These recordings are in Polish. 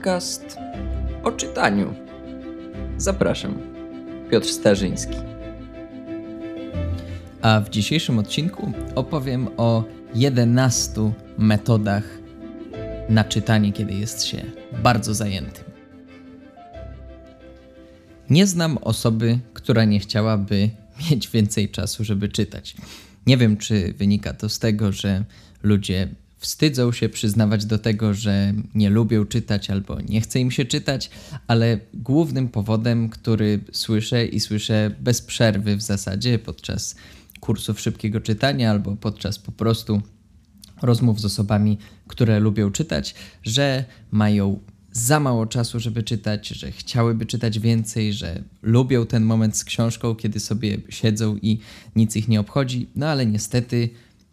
podcast o czytaniu. Zapraszam, Piotr Starzyński. A w dzisiejszym odcinku opowiem o 11 metodach na czytanie, kiedy jest się bardzo zajętym. Nie znam osoby, która nie chciałaby mieć więcej czasu, żeby czytać. Nie wiem, czy wynika to z tego, że ludzie wstydzą się przyznawać do tego, że nie lubią czytać albo nie chce im się czytać, ale głównym powodem, który słyszę bez przerwy w zasadzie podczas kursów szybkiego czytania albo podczas po prostu rozmów z osobami, które lubią czytać, że mają za mało czasu, żeby czytać, że chciałyby czytać więcej, że lubią ten moment z książką, kiedy sobie siedzą i nic ich nie obchodzi, no ale niestety,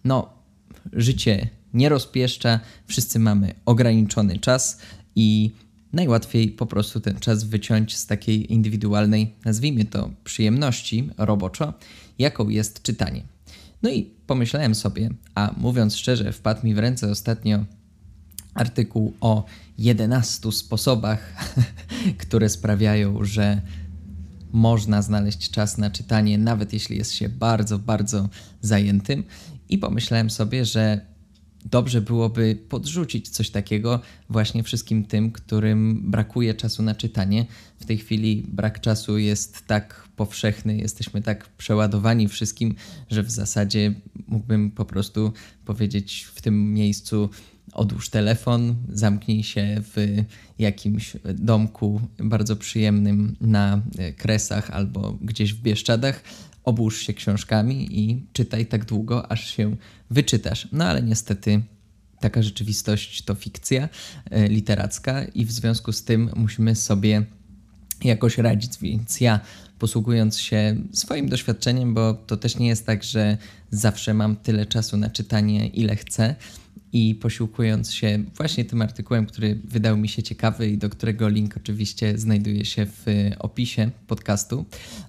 życie nie rozpieszcza, wszyscy mamy ograniczony czas i najłatwiej po prostu ten czas wyciąć z takiej indywidualnej, nazwijmy to przyjemności roboczo, jaką jest czytanie. No i pomyślałem sobie, a mówiąc szczerze, wpadł mi w ręce ostatnio artykuł o 11 sposobach, które sprawiają, że można znaleźć czas na czytanie, nawet jeśli jest się bardzo, bardzo zajętym. I pomyślałem sobie, że dobrze byłoby podrzucić coś takiego właśnie wszystkim tym, którym brakuje czasu na czytanie. W tej chwili brak czasu jest tak powszechny, jesteśmy tak przeładowani wszystkim, że w zasadzie mógłbym po prostu powiedzieć w tym miejscu: odłóż telefon, zamknij się w jakimś domku bardzo przyjemnym na Kresach albo gdzieś w Bieszczadach, obłóż się książkami i czytaj tak długo, aż się wyczytasz. No ale niestety taka rzeczywistość to fikcja literacka i w związku z tym musimy sobie jakoś radzić, więc ja, posługując się swoim doświadczeniem, bo to też nie jest tak, że zawsze mam tyle czasu na czytanie, ile chcę, i posiłkując się właśnie tym artykułem, który wydał mi się ciekawy i do którego link oczywiście znajduje się w opisie podcastu,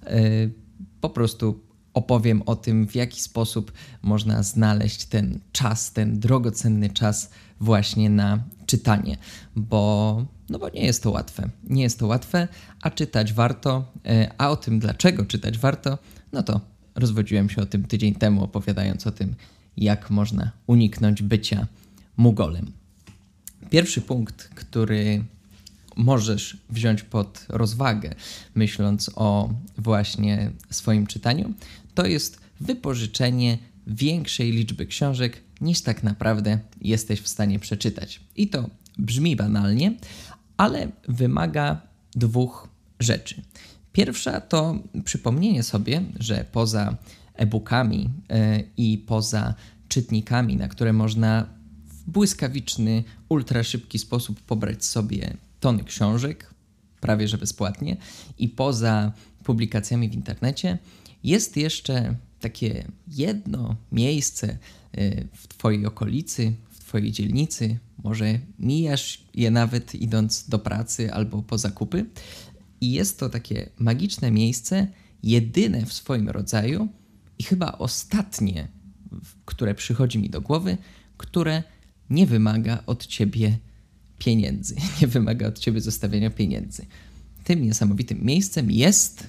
po prostu opowiem o tym, w jaki sposób można znaleźć ten czas, ten drogocenny czas właśnie na czytanie, bo nie jest to łatwe. Nie jest to łatwe, a czytać warto, a o tym, dlaczego czytać warto, to rozwodziłem się o tym tydzień temu, opowiadając o tym, jak można uniknąć bycia mugolem. Pierwszy punkt, który możesz wziąć pod rozwagę, myśląc o właśnie swoim czytaniu, to jest wypożyczenie większej liczby książek, niż tak naprawdę jesteś w stanie przeczytać. I to brzmi banalnie, ale wymaga dwóch rzeczy. Pierwsza to przypomnienie sobie, że poza e-bookami i poza czytnikami, na które można w błyskawiczny, ultra szybki sposób pobrać sobie tony książek, prawie że bezpłatnie, i poza publikacjami w internecie jest jeszcze takie jedno miejsce w Twojej okolicy, w Twojej dzielnicy, może mijasz je nawet idąc do pracy albo po zakupy, i jest to takie magiczne miejsce, jedyne w swoim rodzaju i chyba ostatnie, które przychodzi mi do głowy, które nie wymaga od Ciebie pieniędzy, nie wymaga od Ciebie zostawienia pieniędzy. Tym niesamowitym miejscem jest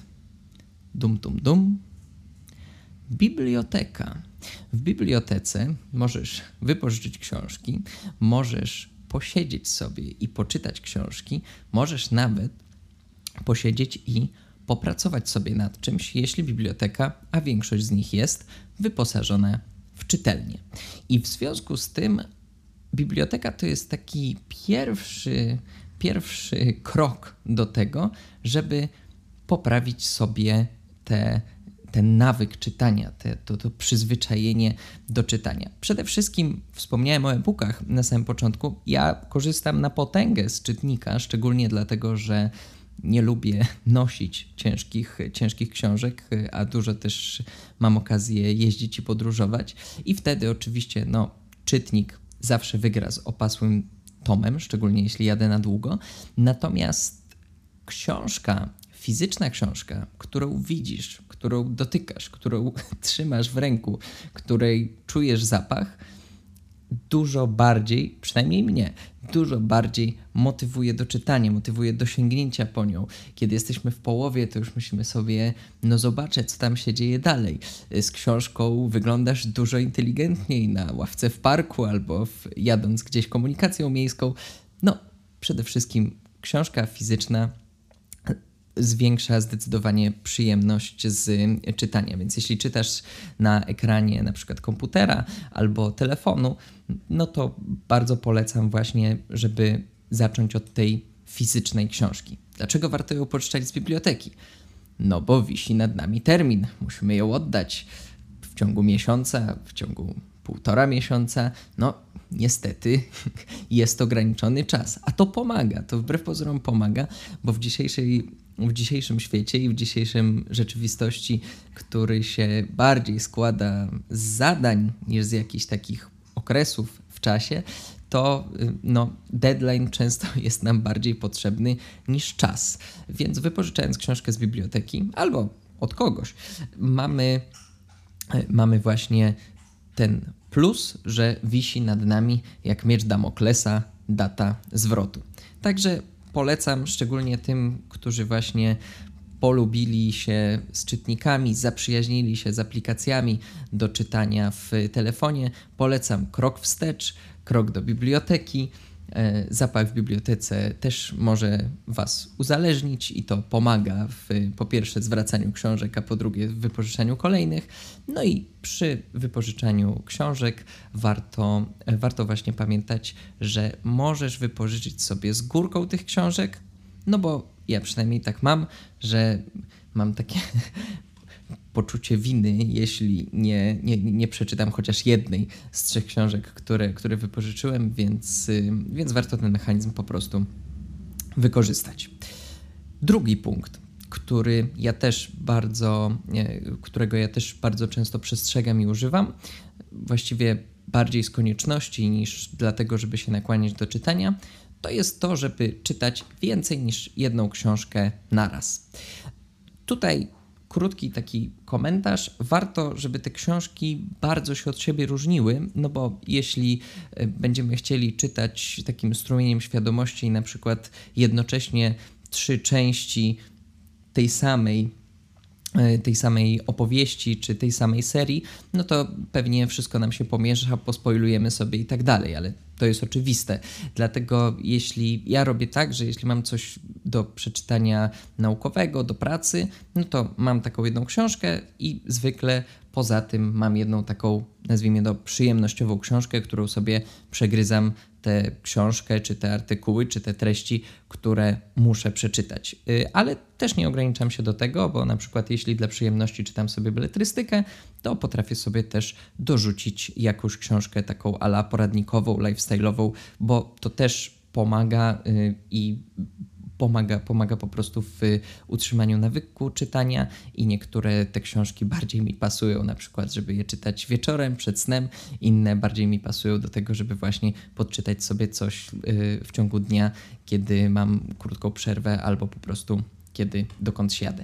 biblioteka. W bibliotece możesz wypożyczyć książki, możesz posiedzieć sobie i poczytać książki, możesz nawet posiedzieć i popracować sobie nad czymś, jeśli biblioteka, a większość z nich jest, wyposażona w czytelnię. I w związku z tym biblioteka to jest taki pierwszy krok do tego, żeby poprawić sobie ten nawyk czytania, to przyzwyczajenie do czytania. Przede wszystkim wspomniałem o e-bookach na samym początku. Ja korzystam na potęgę z czytnika, szczególnie dlatego, że nie lubię nosić ciężkich książek, a dużo też mam okazję jeździć i podróżować. I wtedy oczywiście czytnik zawsze wygra z opasłym tomem, szczególnie jeśli jadę na długo. Natomiast fizyczna książka, którą widzisz, którą dotykasz, którą trzymasz w ręku, której czujesz zapach, dużo bardziej, przynajmniej mnie, dużo bardziej motywuje do czytania, motywuje do sięgnięcia po nią. Kiedy jesteśmy w połowie, to już myślimy sobie, no zobaczę, co tam się dzieje dalej. Z książką wyglądasz dużo inteligentniej na ławce w parku albo jadąc gdzieś komunikacją miejską. No, przede wszystkim książka fizyczna zwiększa zdecydowanie przyjemność z czytania. Więc jeśli czytasz na ekranie na przykład komputera albo telefonu, no to bardzo polecam właśnie, żeby zacząć od tej fizycznej książki. Dlaczego warto ją pożyczać z biblioteki? No bo wisi nad nami termin. Musimy ją oddać w ciągu miesiąca, w ciągu 1,5 miesiąca. No niestety jest ograniczony czas, a to pomaga, to wbrew pozorom pomaga, bo w dzisiejszym świecie i w dzisiejszym rzeczywistości, który się bardziej składa z zadań niż z jakichś takich okresów w czasie, to deadline często jest nam bardziej potrzebny niż czas. Więc wypożyczając książkę z biblioteki albo od kogoś, mamy właśnie ten plus, że wisi nad nami jak miecz Damoklesa data zwrotu. Także polecam szczególnie tym, którzy właśnie polubili się z czytnikami, zaprzyjaźnili się z aplikacjami do czytania w telefonie. Polecam krok wstecz, krok do biblioteki. Zapach w bibliotece też może Was uzależnić i to pomaga po pierwsze zwracaniu książek, a po drugie w wypożyczaniu kolejnych. No i przy wypożyczaniu książek warto właśnie pamiętać, że możesz wypożyczyć sobie z górką tych książek, no bo ja przynajmniej tak mam, że mam takie poczucie winy, jeśli nie przeczytam chociaż jednej z 3 książek, które wypożyczyłem, więc warto ten mechanizm po prostu wykorzystać. Drugi punkt, którego ja też bardzo często przestrzegam i używam, właściwie bardziej z konieczności niż dlatego, żeby się nakłaniać do czytania, to jest to, żeby czytać więcej niż jedną książkę naraz. Tutaj krótki taki komentarz. Warto, żeby te książki bardzo się od siebie różniły, no bo jeśli będziemy chcieli czytać takim strumieniem świadomości na przykład jednocześnie 3 części tej samej opowieści czy tej samej serii, no to pewnie wszystko nam się pomiesza, pospoilujemy sobie i tak dalej, ale to jest oczywiste. Dlatego ja robię tak, że jeśli mam coś do przeczytania naukowego, do pracy, no to mam taką jedną książkę i zwykle poza tym mam jedną taką, nazwijmy to, przyjemnościową książkę, którą sobie przegryzam tę książkę, czy te artykuły, czy te treści, które muszę przeczytać. Ale też nie ograniczam się do tego, bo na przykład jeśli dla przyjemności czytam sobie beletrystykę, to potrafię sobie też dorzucić jakąś książkę taką a la poradnikową, lifestyle'ową, bo to też pomaga i pomaga po prostu w utrzymaniu nawyku czytania i niektóre te książki bardziej mi pasują, na przykład żeby je czytać wieczorem, przed snem, inne bardziej mi pasują do tego, żeby właśnie podczytać sobie coś w ciągu dnia, kiedy mam krótką przerwę albo po prostu dokądś jadę.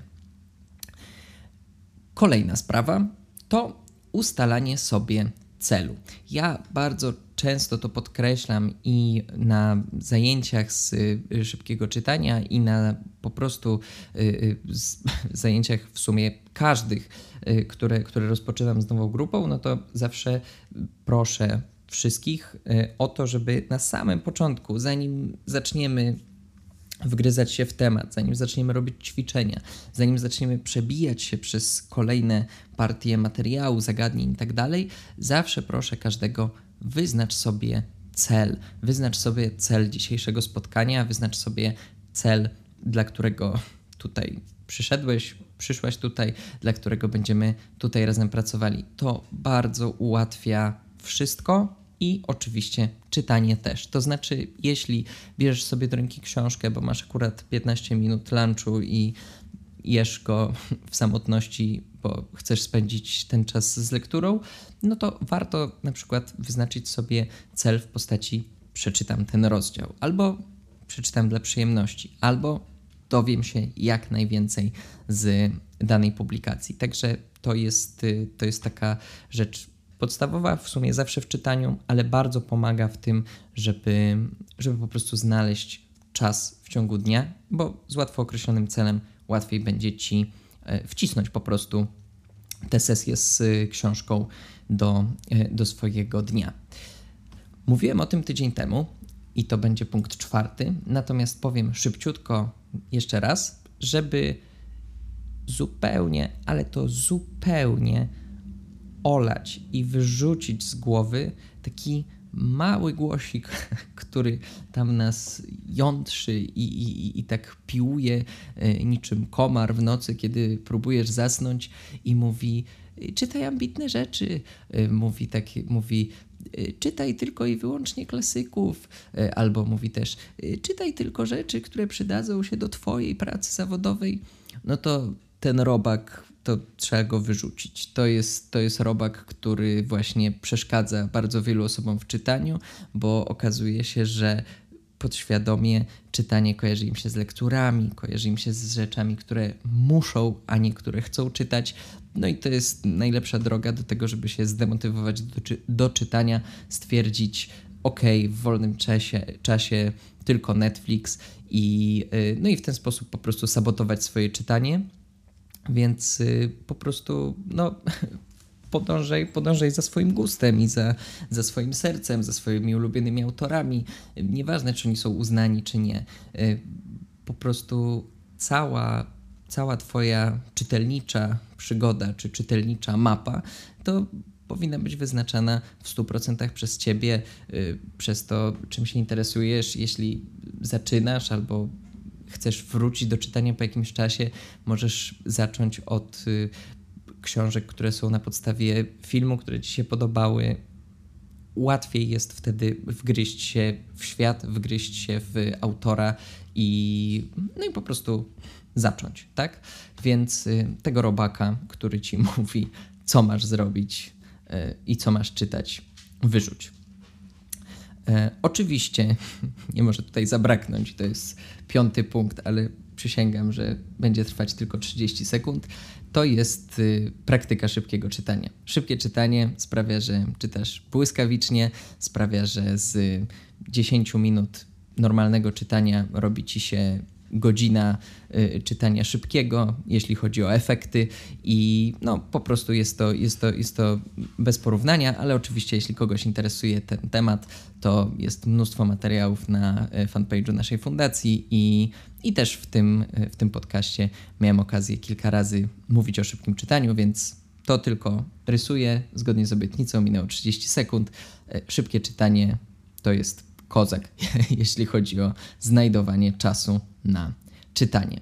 Kolejna sprawa to ustalanie sobie celu. Ja bardzo często to podkreślam i na zajęciach z szybkiego czytania i na po prostu zajęciach w sumie każdych, które rozpoczynam z nową grupą, no to zawsze proszę wszystkich o to, żeby na samym początku, zanim zaczniemy wgryzać się w temat, zanim zaczniemy robić ćwiczenia, zanim zaczniemy przebijać się przez kolejne partie materiału, zagadnień i tak dalej, zawsze proszę każdego, wyznacz sobie cel. Wyznacz sobie cel dzisiejszego spotkania, wyznacz sobie cel, dla którego tutaj przyszłaś tutaj, dla którego będziemy tutaj razem pracowali. To bardzo ułatwia wszystko. I oczywiście czytanie też. To znaczy, jeśli bierzesz sobie do ręki książkę, bo masz akurat 15 minut lunchu i jesz go w samotności, bo chcesz spędzić ten czas z lekturą, no to warto na przykład wyznaczyć sobie cel w postaci przeczytam ten rozdział, albo przeczytam dla przyjemności, albo dowiem się jak najwięcej z danej publikacji. Także to jest taka rzecz podstawowa w sumie zawsze w czytaniu, ale bardzo pomaga w tym, żeby po prostu znaleźć czas w ciągu dnia, bo z łatwo określonym celem łatwiej będzie Ci wcisnąć po prostu tę sesję z książką do swojego dnia. Mówiłem o tym tydzień temu i to będzie punkt 4, natomiast powiem szybciutko jeszcze raz, żeby zupełnie, ale to zupełnie olać i wyrzucić z głowy taki mały głosik, który tam nas jątrzy i tak piłuje niczym komar w nocy, kiedy próbujesz zasnąć i mówi: czytaj ambitne rzeczy, mówi czytaj tylko i wyłącznie klasyków, albo mówi też czytaj tylko rzeczy, które przydadzą się do twojej pracy zawodowej. No to ten robak, to trzeba go wyrzucić. To jest robak, który właśnie przeszkadza bardzo wielu osobom w czytaniu, bo okazuje się, że podświadomie czytanie kojarzy im się z lekturami, kojarzy im się z rzeczami, które muszą, a nie które chcą czytać. No i to jest najlepsza droga do tego, żeby się zdemotywować do czytania, stwierdzić: w wolnym czasie tylko Netflix i w ten sposób po prostu sabotować swoje czytanie. Więc po prostu podążaj za swoim gustem i za swoim sercem, za swoimi ulubionymi autorami. Nieważne, czy oni są uznani, czy nie. Po prostu cała twoja czytelnicza przygoda, czy czytelnicza mapa, to powinna być wyznaczana w 100% przez ciebie, przez to, czym się interesujesz. Jeśli zaczynasz albo chcesz wrócić do czytania po jakimś czasie, możesz zacząć od książek, które są na podstawie filmu, które ci się podobały. Łatwiej jest wtedy wgryźć się w świat, wgryźć się w autora i po prostu zacząć, tak? Więc tego robaka, który ci mówi, co masz zrobić i co masz czytać, wyrzuć. Oczywiście nie może tutaj zabraknąć, to jest 5. punkt, ale przysięgam, że będzie trwać tylko 30 sekund. To jest praktyka szybkiego czytania. Szybkie czytanie sprawia, że czytasz błyskawicznie, sprawia, że z 10 minut normalnego czytania robi ci się godzina czytania szybkiego, jeśli chodzi o efekty i po prostu jest to bez porównania, ale oczywiście jeśli kogoś interesuje ten temat, to jest mnóstwo materiałów na fanpage'u naszej fundacji i też w tym podcaście miałem okazję kilka razy mówić o szybkim czytaniu, więc to tylko rysuję zgodnie z obietnicą, minęło 30 sekund. Szybkie czytanie to jest kozak, jeśli chodzi o znajdowanie czasu na czytanie.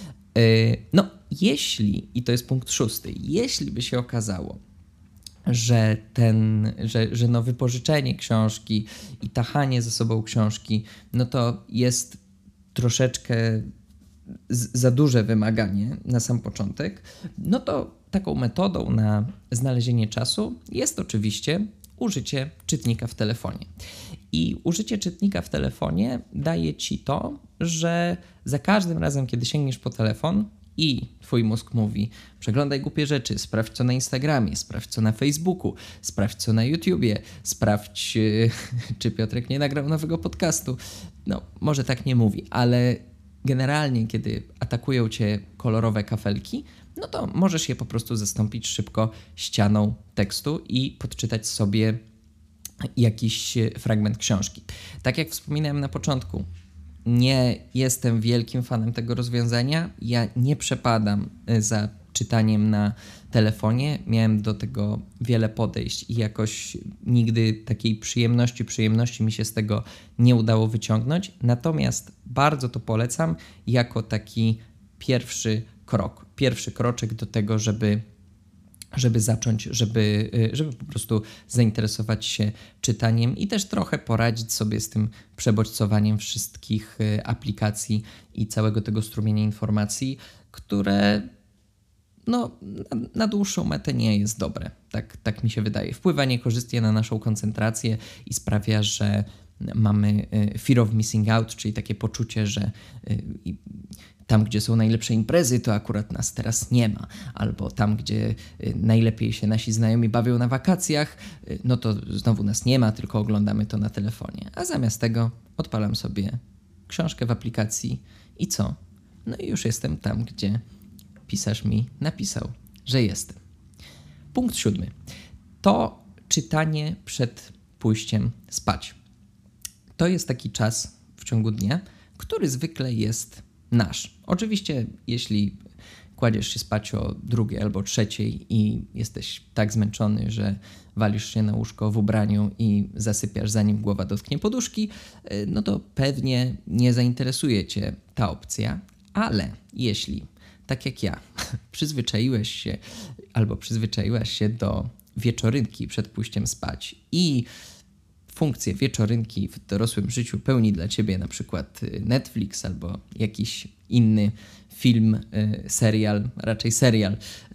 I to jest punkt 6, jeśli by się okazało, że wypożyczenie książki i tachanie ze sobą książki, to jest troszeczkę za duże wymaganie na sam początek, to taką metodą na znalezienie czasu jest oczywiście użycie czytnika w telefonie. I użycie czytnika w telefonie daje ci to, że za każdym razem, kiedy sięgniesz po telefon i twój mózg mówi: przeglądaj głupie rzeczy, sprawdź co na Instagramie, sprawdź co na Facebooku, sprawdź co na YouTubie, sprawdź czy Piotrek nie nagrał nowego podcastu. Może tak nie mówi, ale generalnie kiedy atakują cię kolorowe kafelki, to możesz je po prostu zastąpić szybko ścianą tekstu i podczytać sobie jakiś fragment książki. Tak jak wspominałem na początku, nie jestem wielkim fanem tego rozwiązania. Ja nie przepadam za czytaniem na telefonie. Miałem do tego wiele podejść i jakoś nigdy takiej przyjemności mi się z tego nie udało wyciągnąć. Natomiast bardzo to polecam jako taki pierwszy kroczek do tego, żeby zacząć, żeby po prostu zainteresować się czytaniem i też trochę poradzić sobie z tym przebodźcowaniem wszystkich aplikacji i całego tego strumienia informacji, które na dłuższą metę nie jest dobre. Tak mi się wydaje. Wpływa niekorzystnie na naszą koncentrację i sprawia, że mamy fear of missing out, czyli takie poczucie, że tam, gdzie są najlepsze imprezy, to akurat nas teraz nie ma. Albo tam, gdzie najlepiej się nasi znajomi bawią na wakacjach, no to znowu nas nie ma, tylko oglądamy to na telefonie. A zamiast tego odpalam sobie książkę w aplikacji i co? No i już jestem tam, gdzie pisarz mi napisał, że jestem. Punkt 7. To czytanie przed pójściem spać. To jest taki czas w ciągu dnia, który zwykle jest nasz. Oczywiście, jeśli kładziesz się spać o 2 albo 3 i jesteś tak zmęczony, że walisz się na łóżko w ubraniu i zasypiasz, zanim głowa dotknie poduszki, no to pewnie nie zainteresuje cię ta opcja, ale jeśli, tak jak ja, przyzwyczaiłeś się albo przyzwyczaiłaś się do wieczorynki przed pójściem spać i funkcję wieczorynki w dorosłym życiu pełni dla ciebie na przykład Netflix albo jakiś inny film, serial, raczej serial,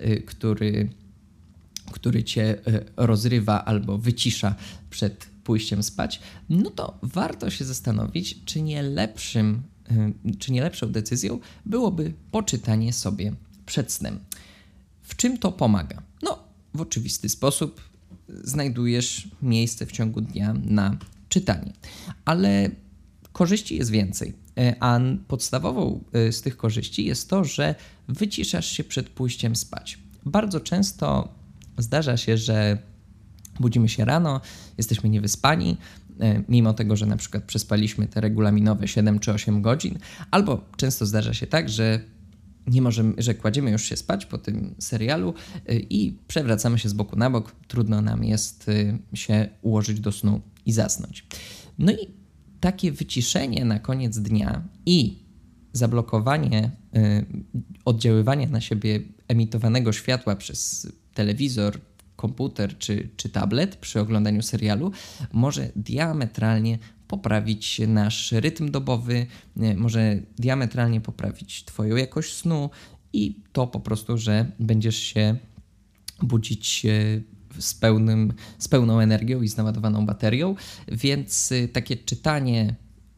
który cię rozrywa albo wycisza przed pójściem spać, no to warto się zastanowić, czy nie lepszą decyzją byłoby poczytanie sobie przed snem. W czym to pomaga? No, w oczywisty sposób znajdujesz miejsce w ciągu dnia na czytanie. Ale korzyści jest więcej. A podstawową z tych korzyści jest to, że wyciszasz się przed pójściem spać. Bardzo często zdarza się, że budzimy się rano, jesteśmy niewyspani, mimo tego, że na przykład przespaliśmy te regulaminowe 7 czy 8 godzin, albo często zdarza się tak, że że kładziemy już się spać po tym serialu i przewracamy się z boku na bok. Trudno nam jest się ułożyć do snu i zasnąć. No i takie wyciszenie na koniec dnia i zablokowanie oddziaływania na siebie emitowanego światła przez telewizor, komputer czy tablet przy oglądaniu serialu może diametralnie poprawić nasz rytm dobowy, może diametralnie poprawić twoją jakość snu i to po prostu, że będziesz się budzić z pełną energią i z naładowaną baterią, więc takie czytanie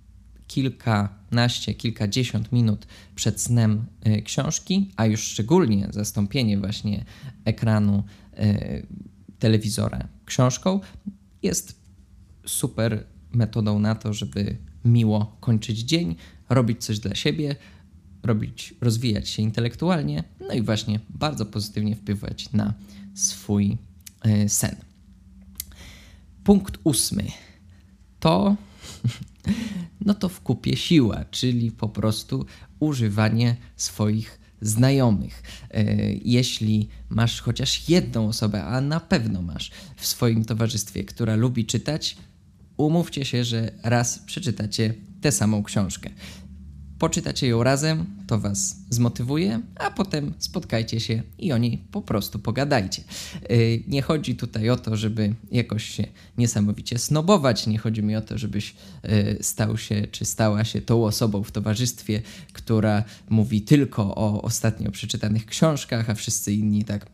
kilkadziesiąt minut przed snem książki, a już szczególnie zastąpienie właśnie ekranu telewizora książką jest super metodą na to, żeby miło kończyć dzień, robić coś dla siebie, rozwijać się intelektualnie, no i właśnie bardzo pozytywnie wpływać na swój sen. Punkt 8. To w kupie siła, czyli po prostu używanie swoich znajomych. Jeśli masz chociaż jedną osobę, a na pewno masz w swoim towarzystwie, która lubi czytać, umówcie się, że raz przeczytacie tę samą książkę. Poczytacie ją razem, to was zmotywuje, a potem spotkajcie się i o niej po prostu pogadajcie. Nie chodzi tutaj o to, żeby jakoś się niesamowicie snobować, nie chodzi mi o to, żebyś stał się czy stała się tą osobą w towarzystwie, która mówi tylko o ostatnio przeczytanych książkach, a wszyscy inni tak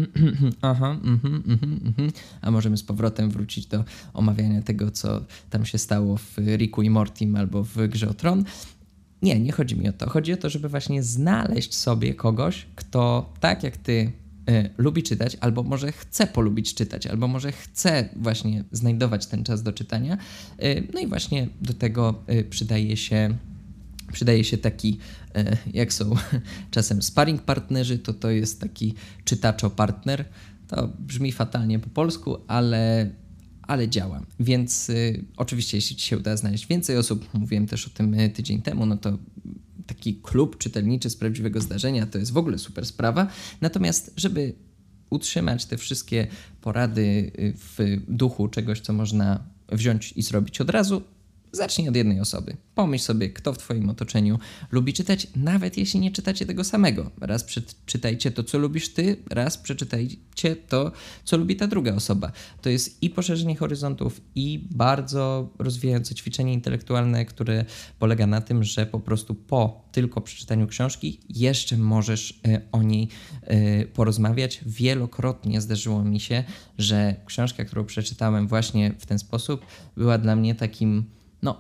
a możemy z powrotem wrócić do omawiania tego, co tam się stało w Ricku i Mortim albo w Grze o Tron. Nie chodzi mi o to. Chodzi o to, żeby właśnie znaleźć sobie kogoś, kto tak jak ty lubi czytać, albo może chce polubić czytać, albo może chce właśnie znajdować ten czas do czytania. No i właśnie do tego przydaje się taki, jak są czasem sparring partnerzy, to jest taki czytaczo-partner. To brzmi fatalnie po polsku, ale działa. Więc oczywiście, jeśli ci się uda znaleźć więcej osób, mówiłem też o tym tydzień temu, no to taki klub czytelniczy z prawdziwego zdarzenia to jest w ogóle super sprawa. Natomiast, żeby utrzymać te wszystkie porady w duchu czegoś, co można wziąć i zrobić od razu, zacznij od jednej osoby. Pomyśl sobie, kto w twoim otoczeniu lubi czytać, nawet jeśli nie czytacie tego samego. Raz przeczytajcie to, co lubisz ty, raz przeczytajcie to, co lubi ta druga osoba. To jest i poszerzenie horyzontów, i bardzo rozwijające ćwiczenie intelektualne, które polega na tym, że po prostu po tylko przeczytaniu książki jeszcze możesz o niej porozmawiać. Wielokrotnie zdarzyło mi się, że książka, którą przeczytałem właśnie w ten sposób, była dla mnie takim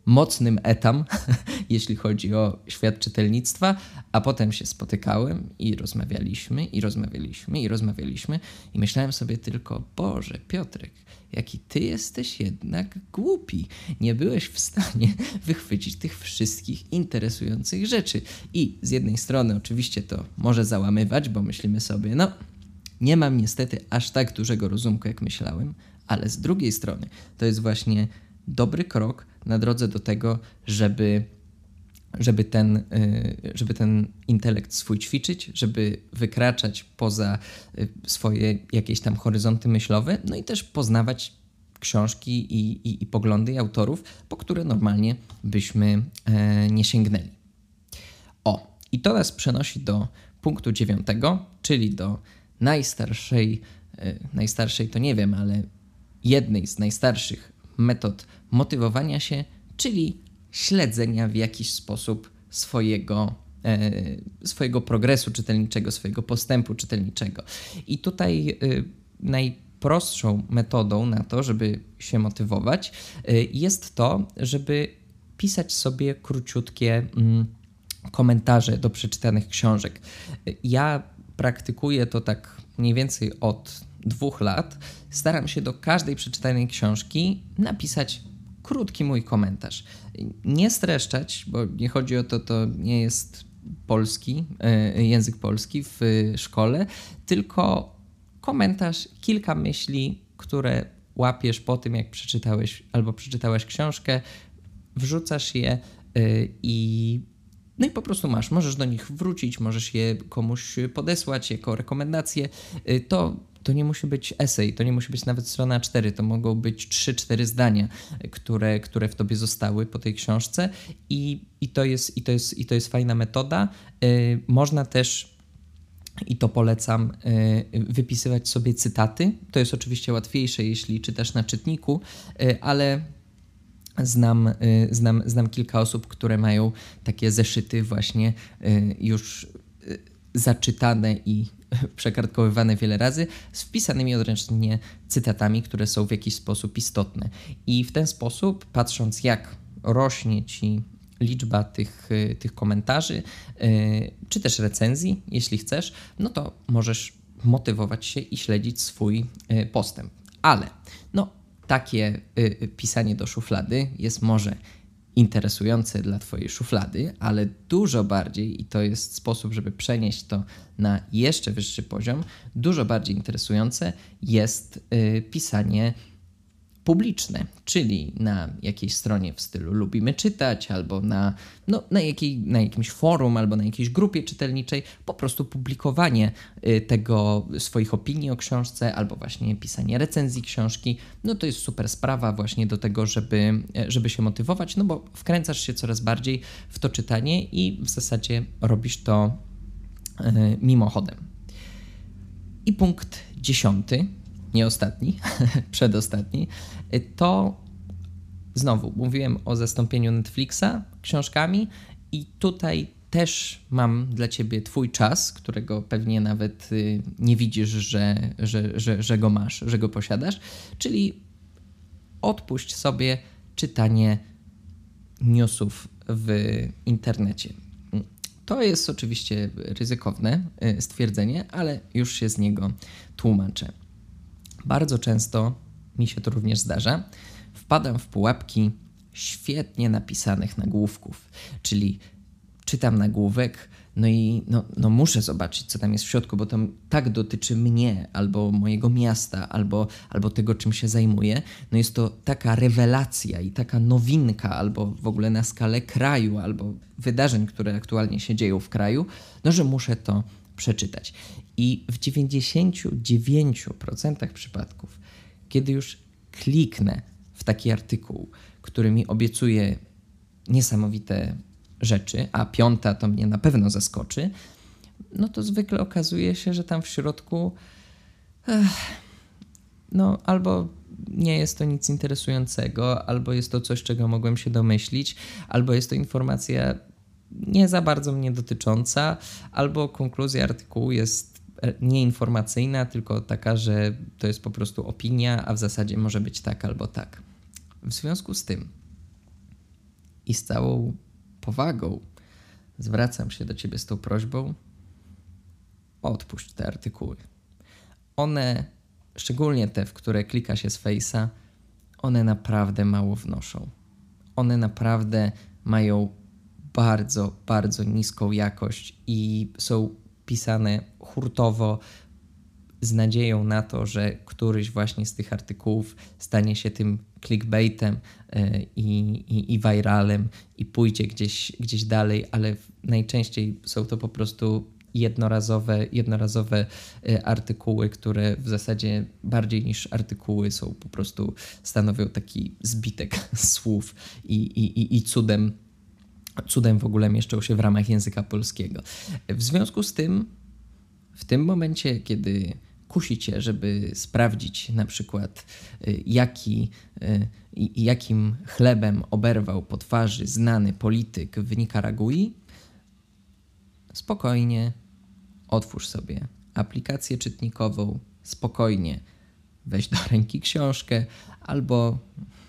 mocnym etam, jeśli chodzi o świat czytelnictwa, a potem się spotykałem i rozmawialiśmy i myślałem sobie tylko, Boże, Piotrek, jaki ty jesteś jednak głupi. Nie byłeś w stanie wychwycić tych wszystkich interesujących rzeczy. I z jednej strony oczywiście to może załamywać, bo myślimy sobie, no nie mam niestety aż tak dużego rozumku, jak myślałem, ale z drugiej strony to jest właśnie dobry krok na drodze do tego, żeby ten intelekt swój ćwiczyć, żeby wykraczać poza swoje jakieś tam horyzonty myślowe, no i też poznawać książki i poglądy autorów, po które normalnie byśmy nie sięgnęli. I to nas przenosi do punktu 9, czyli do najstarszej to nie wiem, ale jednej z najstarszych metod motywowania się, czyli śledzenia w jakiś sposób swojego progresu czytelniczego, swojego postępu czytelniczego. I tutaj najprostszą metodą na to, żeby się motywować, jest to, żeby pisać sobie króciutkie komentarze do przeczytanych książek. Ja praktykuję to tak mniej więcej od 2 lat. Staram się do każdej przeczytanej książki napisać krótki mój komentarz. Nie streszczać, bo nie chodzi o to, to nie jest język polski w szkole, tylko komentarz, kilka myśli, które łapiesz po tym, jak przeczytałeś albo przeczytałaś książkę, wrzucasz je i po prostu możesz do nich wrócić, możesz je komuś podesłać jako rekomendacje. To nie musi być esej, to nie musi być nawet strona 4, to mogą być 3-4 zdania, które w tobie zostały po tej książce i to jest fajna metoda. Można też, i to polecam, wypisywać sobie cytaty. To jest oczywiście łatwiejsze, jeśli czytasz na czytniku, ale znam kilka osób, które mają takie zeszyty właśnie już zaczytane i przekartkowywane wiele razy z wpisanymi odręcznie cytatami, które są w jakiś sposób istotne. I w ten sposób, patrząc jak rośnie ci liczba tych komentarzy, czy też recenzji, jeśli chcesz, no to możesz motywować się i śledzić swój postęp. Ale takie pisanie do szuflady jest może interesujące dla twojej szuflady, ale dużo bardziej, i to jest sposób, żeby przenieść to na jeszcze wyższy poziom, dużo bardziej interesujące jest pisanie publiczne, czyli na jakiejś stronie w stylu Lubimy Czytać, albo na jakimś forum, albo na jakiejś grupie czytelniczej, po prostu publikowanie swoich opinii o książce, albo właśnie pisanie recenzji książki, to jest super sprawa właśnie do tego, żeby się motywować, bo wkręcasz się coraz bardziej w to czytanie i w zasadzie robisz to mimochodem. I punkt 10, nie ostatni, przedostatni, to znowu mówiłem o zastąpieniu Netflixa książkami i tutaj też mam dla ciebie twój czas, którego pewnie nawet nie widzisz, że go masz, że go posiadasz, czyli odpuść sobie czytanie newsów w internecie. To jest oczywiście ryzykowne stwierdzenie, ale już się z niego tłumaczę. Bardzo często mi się to również zdarza. Wpadam w pułapki świetnie napisanych nagłówków, czyli czytam nagłówek, i muszę zobaczyć, co tam jest w środku, bo to tak dotyczy mnie, albo mojego miasta, albo tego, czym się zajmuję. Jest to taka rewelacja i taka nowinka, albo w ogóle na skalę kraju, albo wydarzeń, które aktualnie się dzieją w kraju, że muszę to przeczytać. I w 99% przypadków, kiedy już kliknę w taki artykuł, który mi obiecuje niesamowite rzeczy, a 5. to mnie na pewno zaskoczy, to zwykle okazuje się, że tam w środku albo nie jest to nic interesującego, albo jest to coś, czego mogłem się domyślić, albo jest to informacja nie za bardzo mnie dotycząca, albo konkluzja artykułu jest nieinformacyjna, tylko taka, że to jest po prostu opinia, a w zasadzie może być tak albo tak. W związku z tym I z całą powagą zwracam się do ciebie z tą prośbą: odpuść te artykuły. One, szczególnie te, w które klika się z Face'a, one naprawdę mało wnoszą. One naprawdę mają bardzo, bardzo niską jakość i są pisane hurtowo z nadzieją na to, że któryś właśnie z tych artykułów stanie się tym clickbaitem i viralem i pójdzie gdzieś dalej, ale najczęściej są to po prostu jednorazowe artykuły, które w zasadzie bardziej niż artykuły są po prostu stanowią taki zbitek słów i cudem w ogóle mieszczą się w ramach języka polskiego. W związku z tym w tym momencie, kiedy kusi cię, żeby sprawdzić na przykład jakim chlebem oberwał po twarzy znany polityk w Nikaragui, spokojnie otwórz sobie aplikację czytnikową, spokojnie weź do ręki książkę albo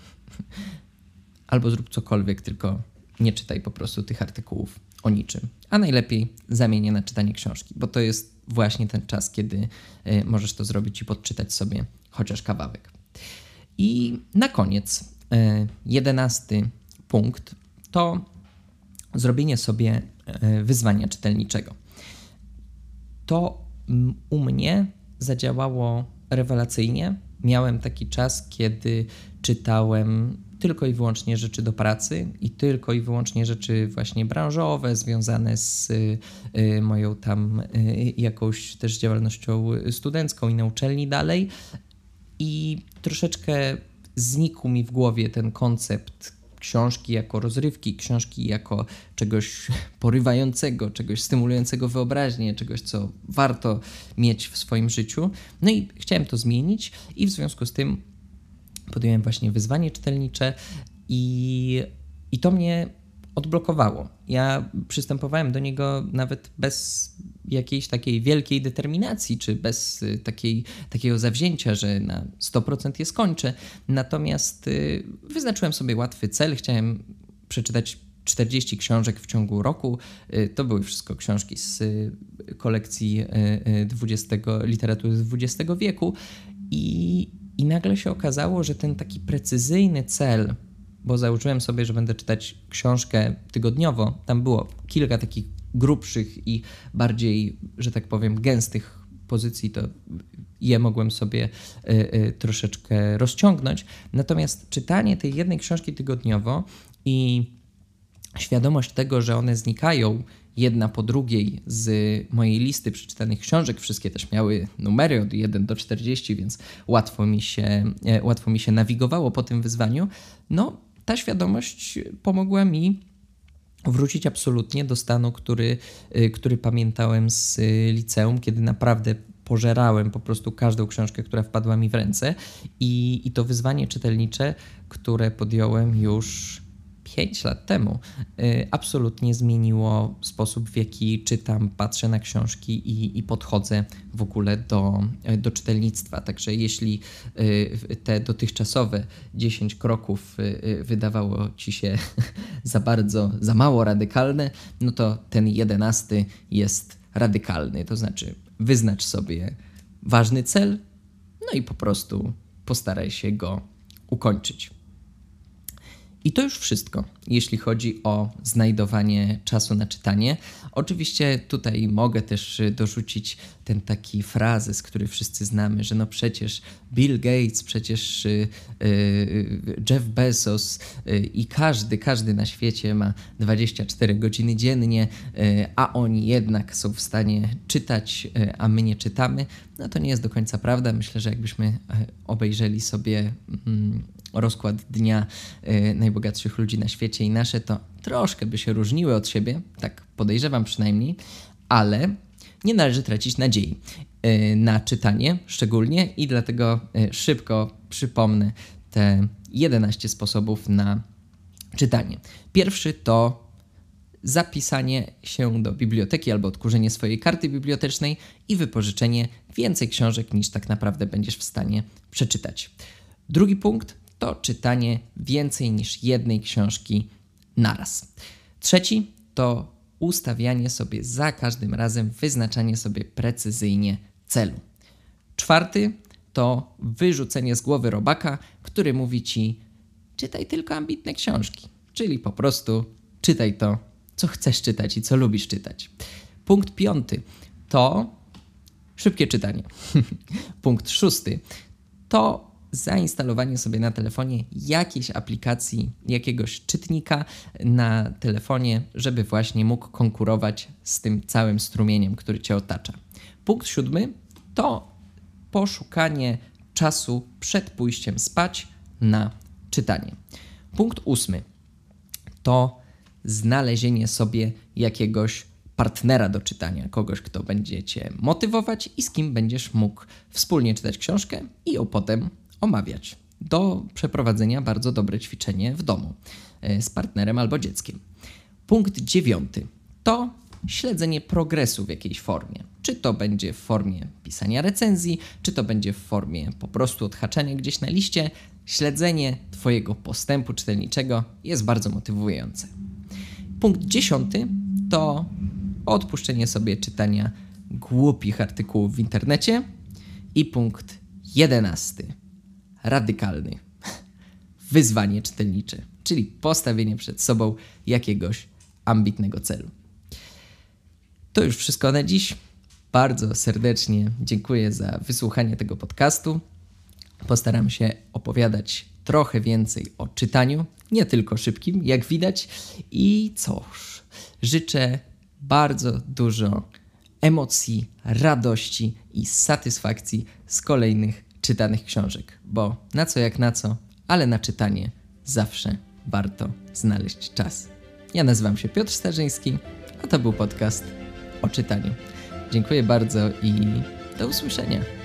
zrób cokolwiek, tylko nie czytaj po prostu tych artykułów o niczym. A najlepiej zamień je na czytanie książki, bo to jest właśnie ten czas, kiedy możesz to zrobić i podczytać sobie chociaż kawałek. I na koniec 11 punkt to zrobienie sobie wyzwania czytelniczego. To u mnie zadziałało rewelacyjnie. Miałem taki czas, kiedy czytałem tylko i wyłącznie rzeczy do pracy i tylko i wyłącznie rzeczy właśnie branżowe, związane z moją tam jakąś też działalnością studencką i na uczelni dalej. I troszeczkę znikł mi w głowie ten koncept książki jako rozrywki, książki jako czegoś porywającego, czegoś stymulującego wyobraźnię, czegoś, co warto mieć w swoim życiu. No i chciałem to zmienić i w związku z tym podjąłem właśnie wyzwanie czytelnicze i to mnie odblokowało. Ja przystępowałem do niego nawet bez jakiejś takiej wielkiej determinacji, czy bez takiego zawzięcia, że na 100% je skończę. Natomiast wyznaczyłem sobie łatwy cel. Chciałem przeczytać 40 książek w ciągu roku. To były wszystko książki z kolekcji literatury z XX wieku i nagle się okazało, że ten taki precyzyjny cel, bo założyłem sobie, że będę czytać książkę tygodniowo, tam było kilka takich grubszych i bardziej, że tak powiem, gęstych pozycji, to je mogłem sobie troszeczkę rozciągnąć. Natomiast czytanie tej jednej książki tygodniowo i świadomość tego, że one znikają jedna po drugiej z mojej listy przeczytanych książek, wszystkie też miały numery od 1 do 40, więc łatwo mi się nawigowało po tym wyzwaniu. No, ta świadomość pomogła mi wrócić absolutnie do stanu, który pamiętałem z liceum, kiedy naprawdę pożerałem po prostu każdą książkę, która wpadła mi w ręce i to wyzwanie czytelnicze, które podjąłem już 5 lat temu, absolutnie zmieniło sposób, w jaki czytam, patrzę na książki i podchodzę w ogóle do czytelnictwa. Także jeśli te dotychczasowe 10 kroków wydawało ci się za mało radykalne, no to ten 11 jest radykalny. To znaczy wyznacz sobie ważny cel, no i po prostu postaraj się go ukończyć. I to już wszystko, jeśli chodzi o znajdowanie czasu na czytanie. Oczywiście tutaj mogę też dorzucić ten taki frazes, który wszyscy znamy, że no przecież Bill Gates, przecież Jeff Bezos i każdy na świecie ma 24 godziny dziennie, a oni jednak są w stanie czytać, a my nie czytamy. No to nie jest do końca prawda. Myślę, że jakbyśmy obejrzeli sobie rozkład dnia najbogatszych ludzi na świecie i nasze, to troszkę by się różniły od siebie, tak podejrzewam przynajmniej, ale nie należy tracić nadziei na czytanie szczególnie i dlatego szybko przypomnę te 11 sposobów na czytanie. Pierwszy to zapisanie się do biblioteki albo odkurzenie swojej karty bibliotecznej i wypożyczenie więcej książek niż tak naprawdę będziesz w stanie przeczytać. Drugi punkt to czytanie więcej niż jednej książki naraz. Trzeci to ustawianie sobie za każdym razem, wyznaczanie sobie precyzyjnie celu. Czwarty to wyrzucenie z głowy robaka, który mówi ci: czytaj tylko ambitne książki, czyli po prostu czytaj to, co chcesz czytać i co lubisz czytać. Punkt 5 to szybkie czytanie. Punkt 6 to zainstalowanie sobie na telefonie jakiejś aplikacji, jakiegoś czytnika na telefonie, żeby właśnie mógł konkurować z tym całym strumieniem, który cię otacza. Punkt 7 to poszukanie czasu przed pójściem spać na czytanie. Punkt 8 to znalezienie sobie jakiegoś partnera do czytania, kogoś, kto będzie cię motywować i z kim będziesz mógł wspólnie czytać książkę i ją potem omawiać. Do przeprowadzenia bardzo dobre ćwiczenie w domu z partnerem albo dzieckiem. Punkt 9 to śledzenie progresu w jakiejś formie. Czy to będzie w formie pisania recenzji, czy to będzie w formie po prostu odhaczania gdzieś na liście. Śledzenie twojego postępu czytelniczego jest bardzo motywujące. Punkt 10 to odpuszczenie sobie czytania głupich artykułów w internecie. I punkt 11. Radykalny. Wyzwanie czytelnicze, czyli postawienie przed sobą jakiegoś ambitnego celu. To już wszystko na dziś. Bardzo serdecznie dziękuję za wysłuchanie tego podcastu. Postaram się opowiadać trochę więcej o czytaniu, nie tylko szybkim, jak widać. I cóż, życzę bardzo dużo emocji, radości i satysfakcji z kolejnych czytanych książek, bo na co jak na co, ale na czytanie zawsze warto znaleźć czas. Ja nazywam się Piotr Starzyński, a to był podcast o czytaniu. Dziękuję bardzo i do usłyszenia.